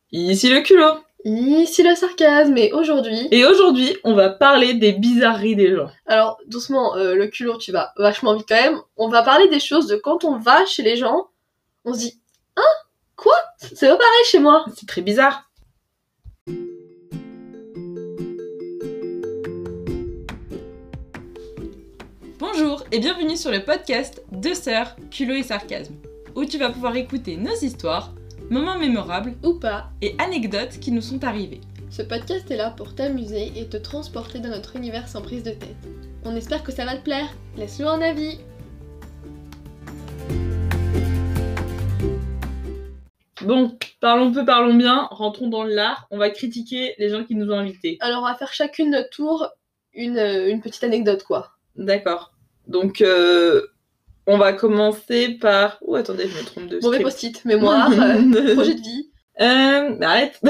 Ici le culot. Ici le sarcasme, et aujourd'hui... Et aujourd'hui, on va parler des bizarreries des gens. Alors, doucement, le culot, tu vas vachement vite quand même. On va parler des choses de quand on va chez les gens, on se dit « Hein ? Quoi ? C'est pas pareil chez moi !» C'est très bizarre. Bonjour et bienvenue sur le podcast Deux sœurs, culot et sarcasme, où tu vas pouvoir écouter nos histoires, moments mémorables Ou pas. et anecdotes qui nous sont arrivés. Ce podcast est là pour t'amuser et te transporter dans notre univers sans prise de tête. On espère que ça va te plaire. Laisse-nous un avis. Bon, parlons peu, parlons bien, rentrons dans l'art, on va critiquer les gens qui nous ont invités. Alors, on va faire chacune notre tour une petite anecdote, quoi. D'accord. Donc, on va commencer par... Oh, attendez, je me trompe de Mauvais script. post-it, mémoire, projet de vie. Arrête.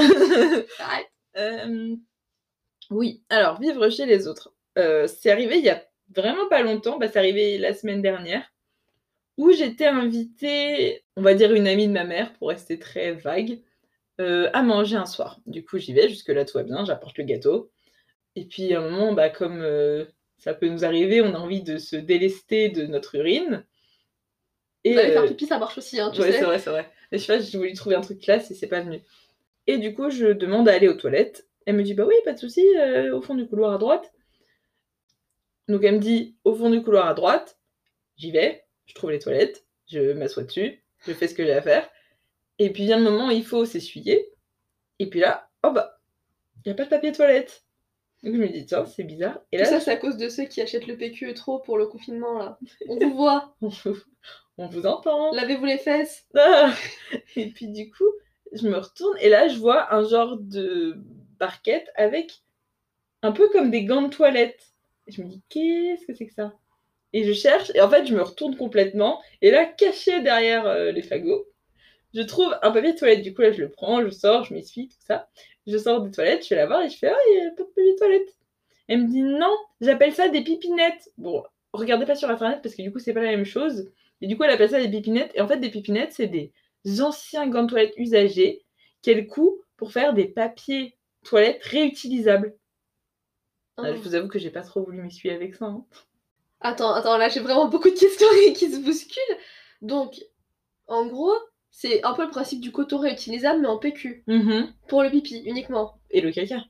Arrête. Oui, alors, vivre chez les autres. C'est arrivé il y a vraiment pas longtemps, c'est arrivé la semaine dernière, où j'étais invitée, on va dire une amie de ma mère, pour rester très vague, à manger un soir. Du coup, j'y vais, jusque-là, tout va bien, j'apporte le gâteau. Et puis, à un moment, comme ça peut nous arriver, on a envie de se délester de notre urine. Et d'aller faire pipi, ça marche aussi, hein, tu sais. Ouais, c'est vrai. Mais je sais pas, j'ai voulu trouver un truc classe et c'est pas venu. Et du coup, je demande à aller aux toilettes. Elle me dit, bah oui, pas de souci, au fond du couloir à droite. Donc elle me dit, au fond du couloir à droite, j'y vais, je trouve les toilettes, je m'assois dessus, je fais ce que j'ai à faire. Et puis vient le moment où il faut s'essuyer. Et puis là, oh bah, il n'y a pas de papier toilette. Donc je me dis, tiens, c'est bizarre. Et Tout là, ça, c'est à cause de ceux qui achètent le PQ trop pour le confinement, là. On vous voit. on vous entend. Lavez-vous les fesses. Ah. Et puis du coup, je me retourne et là, je vois un genre de barquette avec un peu comme des gants de toilette. Et je me dis, qu'est-ce que c'est que ça ? Et je cherche, et en fait, je me retourne complètement. Et là, caché derrière les fagots, je trouve un papier de toilette. Du coup, là, je le prends, je sors, je m'essuie, tout ça. Je sors des toilettes, je vais la voir et je fais, ah, il n'y a pas de papier de toilette. Elle me dit, non, j'appelle ça des pipinettes. Bon, regardez pas sur Internet parce que du coup, c'est pas la même chose. Et du coup, elle appelle ça des pipinettes. Et en fait, des pipinettes, c'est des anciens gants de toilette usagés qu'elle coud pour faire des papiers toilettes réutilisables. Oh. Je vous avoue que j'ai pas trop voulu m'essuyer avec ça. Hein. Attends, là j'ai vraiment beaucoup de questions qui se bousculent. Donc, en gros, c'est un peu le principe du coton réutilisable, mais en PQ. Pour le pipi, uniquement. Et le caca.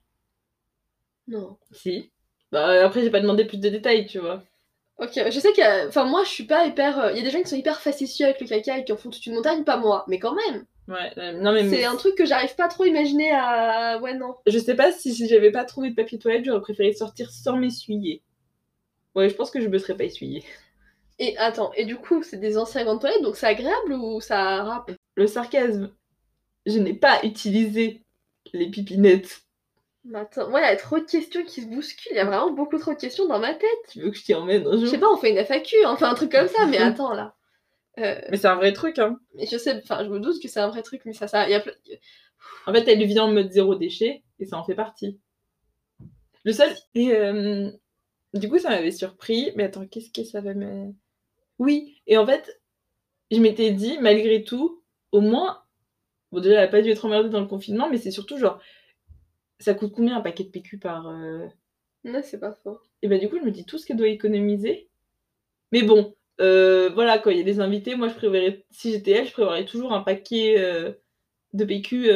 Non. Si. Après, j'ai pas demandé plus de détails, tu vois. Ok, je sais que... Enfin, moi, je suis pas hyper... Il y a des gens qui sont hyper facétieux avec le caca et qui en font toute une montagne, pas moi. Mais quand même. Ouais, non mais... C'est un truc que j'arrive pas trop à imaginer à... Ouais, non. Je sais pas si j'avais pas trouvé de papier toilette, j'aurais préféré sortir sans m'essuyer. Ouais, je pense que je me serais pas essuyée. Et attends, et du coup, c'est des anciens gants de toilette, donc c'est agréable ou ça râpe ? Le sarcasme. Je n'ai pas utilisé les pipinettes. Attends, ouais, il y a trop de questions qui se bousculent, il y a vraiment beaucoup trop de questions dans ma tête. Tu veux que je t'y emmène un jour ? Je sais pas, on fait une FAQ, enfin un truc comme ça, mais attends là. Mais c'est un vrai truc, hein. Mais je sais, enfin je me doute que c'est un vrai truc, mais ça, y a plein... En fait, elle vient en mode zéro déchet, et ça en fait partie. Le seul... Et du coup, ça m'avait surpris, mais attends, qu'est-ce que ça va me... Oui, et en fait, je m'étais dit, malgré tout, au moins... Bon, déjà, elle a pas dû être emmerdée dans le confinement, mais c'est surtout genre... Ça coûte combien un paquet de PQ par... Non, c'est pas faux. Et du coup, je me dis tout ce qu'elle doit économiser. Mais bon, voilà, quand il y a des invités, moi, je préférerais... Si j'étais elle, je préférerais toujours un paquet de PQ...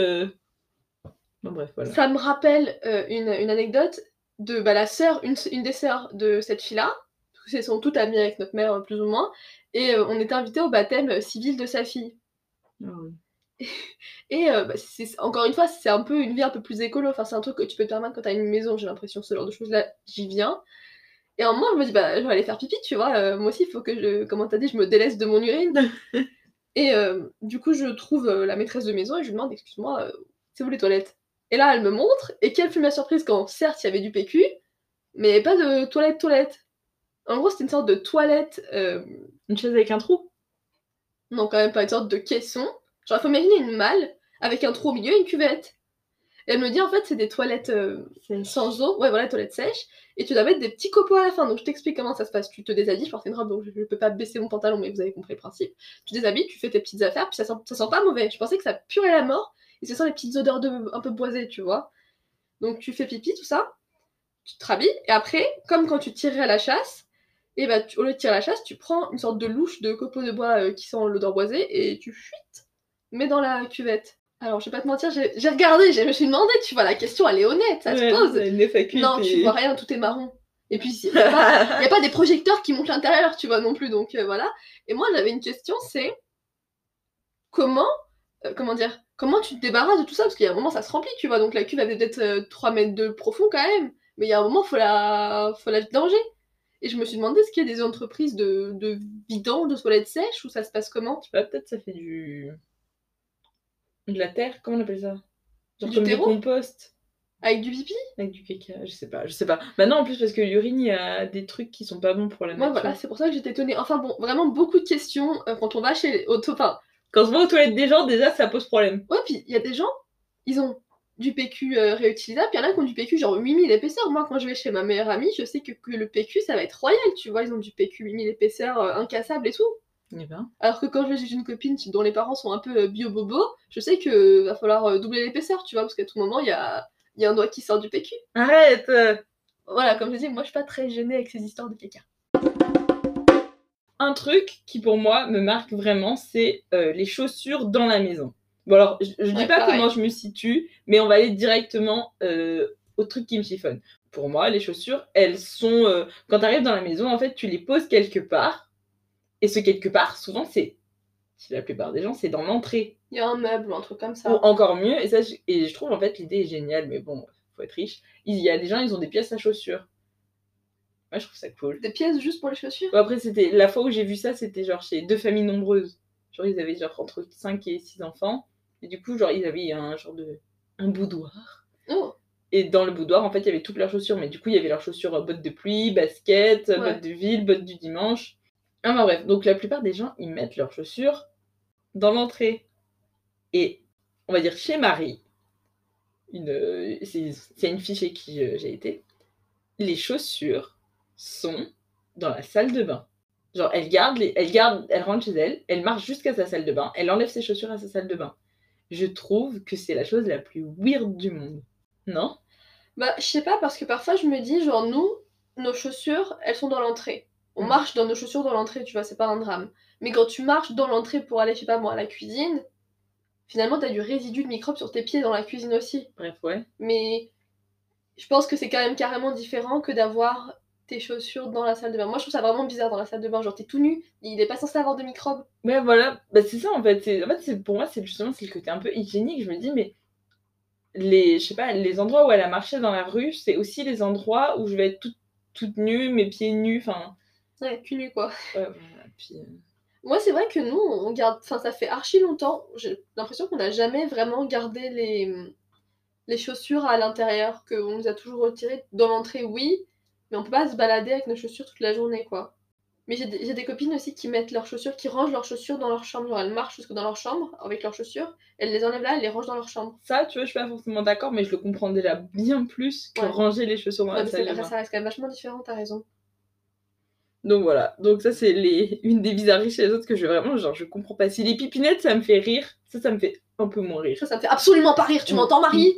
Bon, bref, voilà. Ça me rappelle une anecdote de la sœur, une des sœurs de cette fille-là. Elles sont toutes amies avec notre mère, plus ou moins. Et on était invités au baptême civil de sa fille. Oh, oui. Et encore une fois, c'est un peu une vie un peu plus écolo. Enfin, c'est un truc que tu peux te permettre quand t'as une maison, j'ai l'impression, ce genre de choses-là, j'y viens. Et à un moment, je me dis, je vais aller faire pipi, tu vois. Moi aussi, il faut que comment t'as dit, je me délaisse de mon urine. Et du coup, je trouve la maîtresse de maison et je lui demande, excuse-moi, c'est où les toilettes ? Et là, elle me montre, et quelle fut ma surprise quand, certes, il y avait du PQ, mais il n'y avait pas de toilette. En gros, c'était une sorte de toilette... Une chaise avec un trou ? Non, quand même pas, une sorte de caisson. Genre, il faut imaginer une malle, avec un trou au milieu et une cuvette. Et elle me dit, en fait, c'est des toilettes sans eau. Ouais, voilà, toilettes sèches. Et tu dois mettre des petits copeaux à la fin. Donc, je t'explique comment ça se passe. Tu te déshabilles, je porte une robe, donc je peux pas baisser mon pantalon, mais vous avez compris le principe. Tu déshabilles, tu fais tes petites affaires, puis ça sent pas mauvais. Je pensais que ça purait la mort. et ça sent les petites odeurs un peu boisées, tu vois. Donc tu fais pipi, tout ça, tu te rhabilles, et après, comme quand tu tirerais à la chasse, et bah au lieu de tirer à la chasse, tu prends une sorte de louche de copeaux de bois qui sent l'odeur boisée, et tu fuites, mets dans la cuvette. Alors je vais pas te mentir, j'ai regardé, je me suis demandé, tu vois, la question elle est honnête, ça se pose. Une FAQ, non, tu vois rien, tout est marron. Et puis il y a pas des projecteurs qui montent l'intérieur, tu vois, non plus, donc voilà. Et moi j'avais une question, c'est comment tu te débarrasses de tout ça, parce qu'il y a un moment ça se remplit, tu vois, donc la cuve avait peut-être 3 mètres de profond quand même, mais il y a un moment faut la vidanger. Et je me suis demandé, est-ce qu'il y a des entreprises de vidange de toilettes sèches, ou ça se passe comment? Je sais pas, peut-être ça fait de la terre, comment on appelle ça? Genre Du comme du terreau compost. Avec du pipi? Avec du caca, je sais pas. Bah non, en plus, parce que l'urine, il y a des trucs qui sont pas bons pour la Moi nature. voilà, c'est pour ça que j'étais étonnée. Enfin bon, vraiment beaucoup de questions quand on va chez les enfin, quand on va aux toilettes des gens, déjà, ça pose problème. ouais, puis il y a des gens, ils ont du PQ réutilisable, puis il y en a qui ont du PQ genre 8000 épaisseurs. Moi, quand je vais chez ma meilleure amie, je sais que le PQ, ça va être royal, tu vois, ils ont du PQ 8000 épaisseurs, incassable et tout. Eh ben. Alors que quand je vais chez une copine dont les parents sont un peu bio-bobo, je sais que va falloir doubler l'épaisseur, tu vois, parce qu'à tout moment, il y a un doigt qui sort du PQ. Arrête. Voilà, comme je dis, moi je suis pas très gênée avec ces histoires de caca. Un truc qui pour moi me marque vraiment, c'est les chaussures dans la maison. Bon alors, je dis pas pareil. comment je me situe, mais on va aller directement au truc qui me chiffonne. Pour moi, les chaussures, elles sont... quand tu arrives dans la maison, en fait, tu les poses quelque part. Et ce quelque part, souvent, c'est... Si la plupart des gens, c'est dans l'entrée. Il y a un meuble ou un truc comme ça. Ou encore mieux, et je trouve en fait l'idée est géniale, mais bon, faut être riche. Il y a des gens, ils ont des pièces à chaussures. Moi, je trouve ça cool. Des pièces juste pour les chaussures? Bon, après, c'était la fois où j'ai vu ça, c'était genre chez 2 familles nombreuses. Genre, ils avaient genre entre 5 et 6 enfants. Et du coup, genre, ils avaient un boudoir. Oh. Et dans le boudoir, en fait, il y avait toutes leurs chaussures. Mais du coup, il y avait leurs chaussures bottes de pluie, baskets, bottes de ville, bottes du dimanche. Enfin bref, donc la plupart des gens, ils mettent leurs chaussures dans l'entrée. Et on va dire chez Marie, c'est une fille chez qui j'ai été, les chaussures sont dans la salle de bain. Genre, elle rentre chez elle, elle marche jusqu'à sa salle de bain, elle enlève ses chaussures à sa salle de bain. Je trouve que c'est la chose la plus weird du monde. Non? Bah, je sais pas, parce que parfois je me dis, genre, nous, nos chaussures, elles sont dans l'entrée. On marche dans nos chaussures dans l'entrée, tu vois, c'est pas un drame. Mais quand tu marches dans l'entrée pour aller, je sais pas moi, à la cuisine, finalement, t'as du résidu de microbes sur tes pieds dans la cuisine aussi. Bref, ouais. Mais je pense que c'est quand même carrément différent que d'avoir tes chaussures dans la salle de bain. Moi, je trouve ça vraiment bizarre dans la salle de bain. Genre, t'es tout nu, il est pas censé avoir de microbes. Ouais, voilà. Bah, c'est ça, en fait. Pour moi, c'est justement le côté un peu hygiénique. Je me dis, mais je sais pas, les endroits où elle a marché dans la rue, c'est aussi les endroits où je vais être toute nue, mes pieds nus, enfin... Ouais, cul nu, quoi. Ouais, voilà, puis... Moi, c'est vrai que nous, on garde... Enfin, ça fait archi longtemps. J'ai l'impression qu'on n'a jamais vraiment gardé les chaussures à l'intérieur, qu'on nous a toujours retirées. Dans l'entrée, oui, mais on peut pas se balader avec nos chaussures toute la journée, quoi. Mais j'ai des copines aussi qui mettent leurs chaussures, qui rangent leurs chaussures dans leur chambre. Genre, elles marchent jusque dans leur chambre avec leurs chaussures, elles les enlèvent là, elles les rangent dans leur chambre. Ça, tu vois, je suis pas forcément d'accord, mais je le comprends déjà bien plus que ranger les chaussures dans la salle de bain. Ça reste quand même vachement différent, t'as raison. Donc voilà, donc ça c'est une des bizarreries chez les autres que je vraiment, genre, je comprends pas. Si les pipinettes ça me fait rire, ça me fait un peu moins rire. Ça me fait absolument pas rire, tu m'entends, Marie?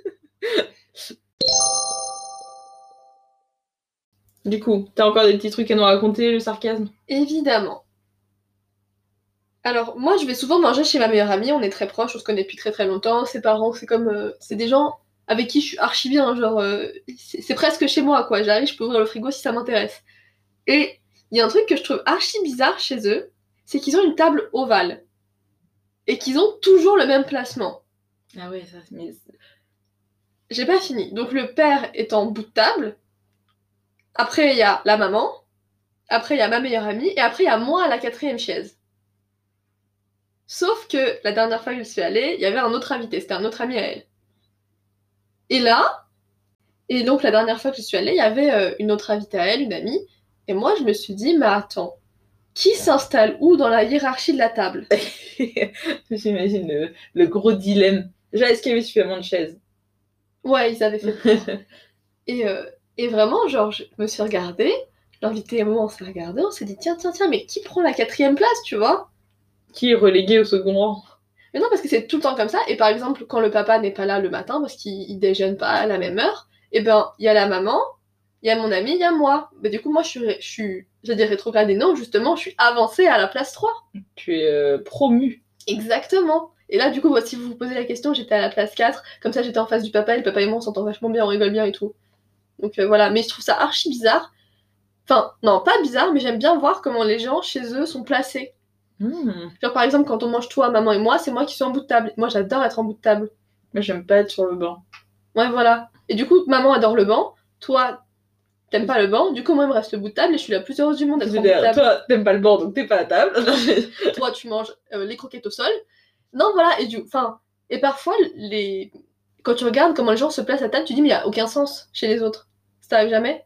Du coup, t'as encore des petits trucs à nous raconter, le sarcasme? Évidemment. Alors, moi, je vais souvent manger chez ma meilleure amie, on est très proches, on se connaît depuis très très longtemps, ses parents, c'est comme... c'est des gens avec qui je suis archi bien, genre... c'est presque chez moi, quoi, j'arrive, je peux ouvrir le frigo si ça m'intéresse. Et il y a un truc que je trouve archi bizarre chez eux, c'est qu'ils ont une table ovale. Et qu'ils ont toujours le même placement. Ah ouais, ça... Mais... J'ai pas fini. Donc le père est en bout de table, après il y a la maman, après il y a ma meilleure amie, et après il y a moi à la 4e chaise. Sauf que la dernière fois que je suis allée, il y avait un autre invité, c'était un autre ami à elle. Et donc la dernière fois que je suis allée, il y avait une autre invitée à elle, une amie, et moi je me suis dit, mais attends, qui s'installe où dans la hiérarchie de la table? J'imagine le gros dilemme. Déjà, est-ce qu'il y avait suffisamment de chaises? Ouais, ils avaient fait pour. Et vraiment, genre, je me suis regardée, l'invité et moi on s'est regardé, on s'est dit, tiens, mais qui prend la 4e place, tu vois? Qui est relégué au second rang? Mais non, parce que c'est tout le temps comme ça. Et par exemple, quand le papa n'est pas là le matin, parce qu'il déjeune pas à la même heure, et ben, il y a la maman, il y a mon ami, il y a moi. Mais du coup, moi, je dis rétrogradée, non, justement, je suis avancée à la place 3. Tu es promu. Exactement. Et là, du coup, si vous vous posez la question, j'étais à la place 4. Comme ça, j'étais en face du papa, et le papa et moi, on s'entend vachement bien, on rigole bien et tout. Donc voilà. Mais je trouve ça archi bizarre. Enfin, non, pas bizarre, mais j'aime bien voir comment les gens chez eux sont placés. Genre, par exemple, quand on mange toi, maman et moi, c'est moi qui suis en bout de table. Moi, j'adore être en bout de table. Moi, j'aime pas être sur le banc. Ouais, voilà. Et du coup, maman adore le banc. Toi, t'aimes pas le banc. Du coup, moi, il me reste le bout de table et je suis la plus heureuse du monde d'être en bout de table. Toi, t'aimes pas le banc, donc t'es pas à la table. Toi, tu manges les croquettes au sol. Non, voilà. Et parfois, quand tu regardes comment les gens se placent à table, tu dis, mais il y a aucun sens chez les autres. Ça t'arrive jamais?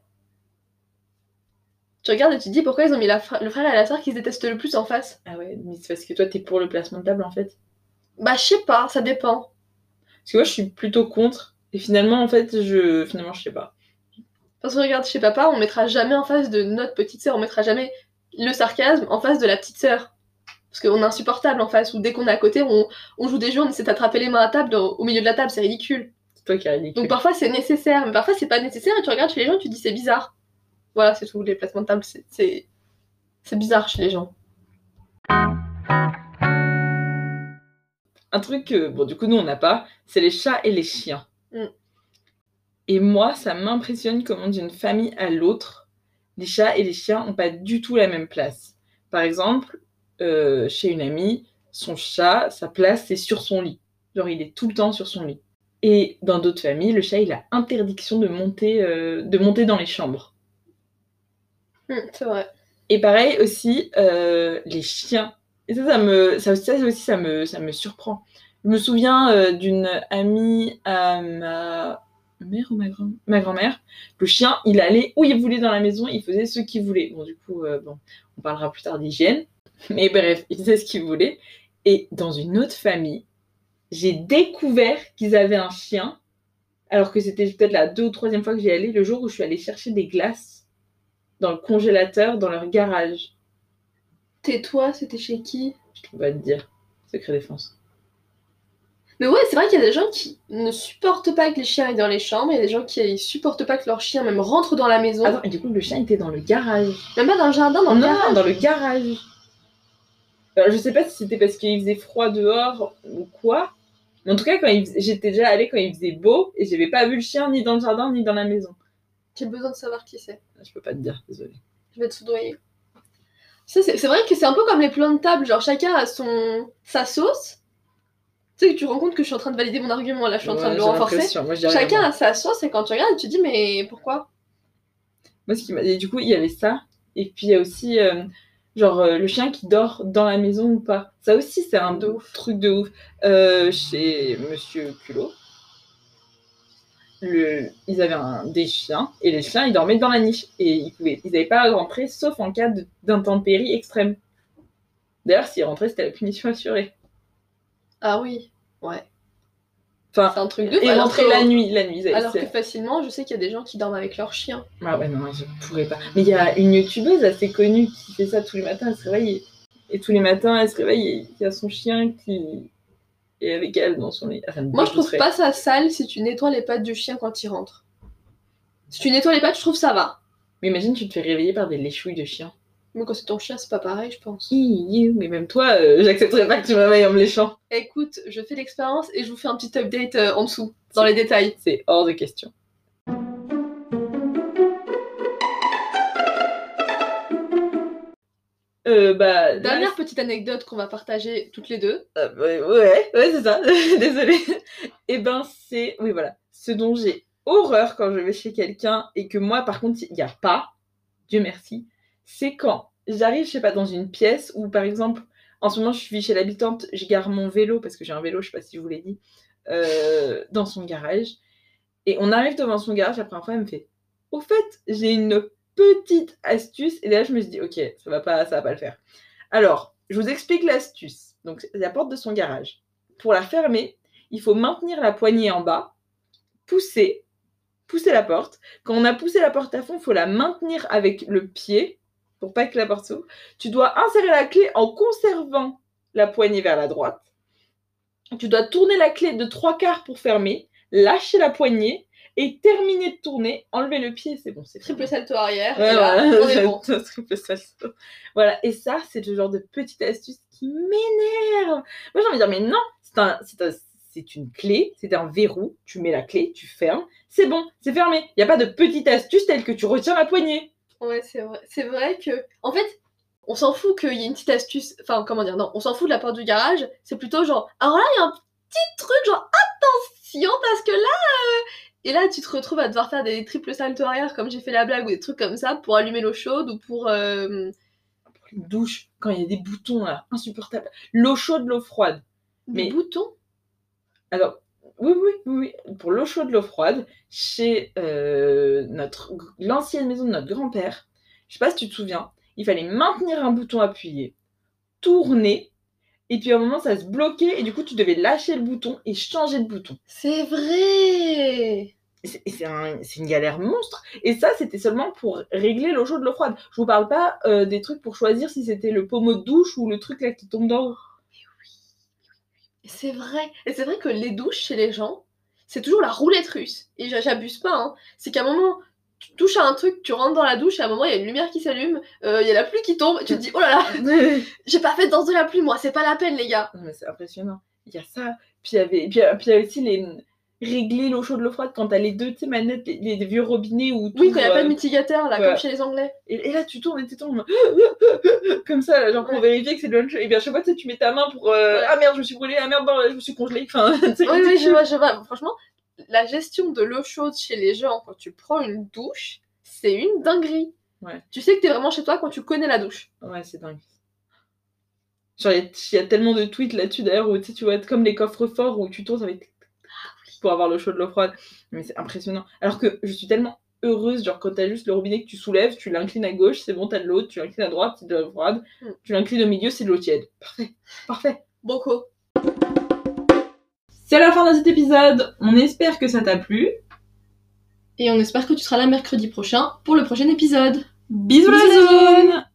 Tu regardes et tu te dis, pourquoi ils ont mis le frère et la sœur qui se détestent le plus en face? Ah ouais, mais c'est parce que toi, t'es pour le placement de table, en fait. Bah, je sais pas, ça dépend. Parce que moi, je suis plutôt contre. Et finalement, en fait, finalement, je sais pas. Parce que regarde, chez papa, on mettra jamais en face de notre petite sœur, on mettra jamais le sarcasme en face de la petite sœur. Parce qu'on est insupportable en face, ou dès qu'on est à côté, on joue des jeux, on essaie d'attraper les mains à table au milieu de la table, c'est ridicule. C'est toi qui es ridicule. Donc parfois c'est nécessaire, mais parfois c'est pas nécessaire, et tu regardes chez les gens, tu te dis c'est bizarre. Voilà, c'est tout, les placements de table, c'est bizarre chez les gens. Un truc que, bon, du coup, nous, on n'a pas, c'est les chats et les chiens. Mm. Et moi, ça m'impressionne comment d'une famille à l'autre, les chats et les chiens n'ont pas du tout la même place. Par exemple, chez une amie, son chat, sa place, c'est sur son lit. Genre, il est tout le temps sur son lit. Et dans d'autres familles, le chat, il a interdiction de monter dans les chambres. C'est vrai. Et pareil aussi, les chiens. Et ça me surprend. Je me souviens d'une amie à ma mère ou ma grand-mère. Le chien, il allait où il voulait dans la maison, il faisait ce qu'il voulait. Bon, du coup, on parlera plus tard d'hygiène. Mais bref, il faisait ce qu'il voulait. Et dans une autre famille, j'ai découvert qu'ils avaient un chien, alors que c'était peut-être la 2e ou 3e fois que j'y allais, le jour où je suis allée chercher des glaces dans le congélateur, dans leur garage. Tais-toi, c'était chez qui? Je peux pas te dire. Secret défense. Mais ouais, c'est vrai qu'il y a des gens qui ne supportent pas que les chiens aillent dans les chambres, il y a des gens qui supportent pas que leur chien même rentre dans la maison. Attends, et du coup, le chien était dans le garage. Même pas dans le jardin, dans le garage. Non, dans le garage. Alors, je sais pas si c'était parce qu'il faisait froid dehors ou quoi. Mais en tout cas, j'étais déjà allée quand il faisait beau et j'avais pas vu le chien ni dans le jardin ni dans la maison. J'ai besoin de savoir qui c'est. Je peux pas te dire, désolée. Je vais te soudoyer. C'est vrai que c'est un peu comme les plans de table, genre chacun a sa sauce. Tu sais que tu rends compte que je suis en train de valider mon argument, là je suis en train de le renforcer. Chacun a sa sauce et quand tu regardes, tu te dis mais pourquoi? Moi, et du coup, il y avait ça. Et puis il y a aussi le chien qui dort dans la maison ou pas. Ça aussi, c'est un truc de ouf. Chez Monsieur Culot, ils avaient des chiens et les chiens, ils dormaient dans la niche. Et ils n'avaient pas à rentrer sauf en cas d'intempérie extrême. D'ailleurs, s'ils rentraient, c'était la punition assurée. Ah oui, ouais. Enfin, c'est un truc de ouf. Et rentrer la nuit. Alors que facilement, je sais qu'il y a des gens qui dorment avec leurs chiens. Ah ouais, non, je pourrais pas. Mais il y a une youtubeuse assez connue qui fait ça tous les matins, elle se réveille. Et tous les matins, elle se réveille et il y a son chien qui est avec elle dans son lit. Moi, je trouve pas ça sale si tu nettoies les pattes du chien quand il rentre. Si tu nettoies les pattes, je trouve ça va. Mais imagine, tu te fais réveiller par des léchouilles de chien. Mais quand c'est ton chien, c'est pas pareil, je pense. Mais même toi, j'accepterais pas que tu me réveilles en me léchant. Écoute, je fais l'expérience et je vous fais un petit update en dessous, dans les détails. C'est hors de question. Dernière petite anecdote qu'on va partager toutes les deux. Ouais, c'est ça. Désolée. Et c'est... Oui, voilà. Ce dont j'ai horreur quand je vais chez quelqu'un et que moi, par contre, il n'y a pas, Dieu merci, c'est quand j'arrive, je sais pas, dans une pièce où, par exemple, en ce moment, je suis chez l'habitante, je gare mon vélo, parce que j'ai un vélo, je sais pas si je vous l'ai dit, dans son garage. Et on arrive devant son garage, la première fois, elle me fait « Au fait, j'ai une petite astuce. » Et là, je me suis dit « Ok, ça va pas le faire. » Alors, je vous explique l'astuce. Donc, c'est la porte de son garage. Pour la fermer, il faut maintenir la poignée en bas, pousser la porte. Quand on a poussé la porte à fond, il faut la maintenir avec le pied pour pas que la porte s'ouvre. Tu dois insérer la clé en conservant la poignée vers la droite. Tu dois tourner la clé de 3/4 pour fermer, lâcher la poignée et terminer de tourner, enlever le pied, c'est bon, c'est Triple salto arrière, ouais, et là, on est bon. Triple salto. Voilà, et ça, c'est le genre de petite astuce qui m'énerve. Moi, j'ai envie de dire, mais non, c'est une clé, c'est un verrou, tu mets la clé, tu fermes, c'est bon, c'est fermé. Il n'y a pas de petite astuce telle que tu retiens la poignée. Ouais, c'est vrai. C'est vrai que, en fait, on s'en fout qu'il y ait une petite astuce, enfin, comment dire, non, on s'en fout de la porte du garage, c'est plutôt genre, alors là, il y a un petit truc, genre, attention, parce que là, et là, tu te retrouves à devoir faire des triples saltos arrière, comme j'ai fait la blague, ou des trucs comme ça, pour allumer l'eau chaude, ou pour... Pour une douche, quand il y a des boutons, là, insupportables. L'eau chaude, l'eau froide. Des boutons. Alors, oui. Pour l'eau chaude, l'eau froide, chez l'ancienne maison de notre grand-père, je sais pas si tu te souviens, il fallait maintenir un bouton appuyé, tourner, et puis à un moment ça se bloquait, et du coup tu devais lâcher le bouton et changer de bouton. C'est vrai. C'est une galère monstre. Et ça, c'était seulement pour régler l'eau chaude, l'eau froide. Je vous parle pas des trucs pour choisir si c'était le pommeau de douche ou le truc là qui tombe d'en haut. C'est vrai. Et c'est vrai que les douches chez les gens, c'est toujours la roulette russe. Et j'abuse pas, hein. C'est qu'à un moment, tu touches à un truc, tu rentres dans la douche, et à un moment, il y a une lumière qui s'allume, il y a la pluie qui tombe, et tu te dis, oh là là, j'ai pas fait de danse de la pluie, moi, c'est pas la peine, les gars. Non, mais c'est impressionnant. Il y a ça. Puis il y a aussi régler l'eau chaude, l'eau froide quand t'as les deux, tu sais, manettes, les vieux robinets où oui, quand il n'y a pas de mitigateur, là, comme chez les Anglais. Et là, tu tournes et tu tournes comme ça, là, genre pour vérifier que c'est de l'eau chaude. Et bien, chaque fois, tu sais, tu mets ta main pour ah merde, je me suis brûlée, ah merde, je me suis congelée. Enfin, oui, je vois. Franchement, la gestion de l'eau chaude chez les gens quand tu prends une douche, c'est une dinguerie. Ouais. Tu sais que t'es vraiment chez toi quand tu connais la douche. Ouais, c'est dingue. Genre, il y a tellement de tweets là-dessus d'ailleurs où tu vois, comme les coffres forts où tu tournes avec pour avoir l'eau chaude, l'eau froide. Mais c'est impressionnant. Alors que je suis tellement heureuse, genre quand t'as juste le robinet que tu soulèves, tu l'inclines à gauche, c'est bon, t'as de l'eau, tu l'inclines à droite, c'est de l'eau froide, tu l'inclines au milieu, c'est de l'eau tiède. Parfait. Beaucoup. C'est la fin de cet épisode. On espère que ça t'a plu. Et on espère que tu seras là mercredi prochain pour le prochain épisode. Bisous la zone.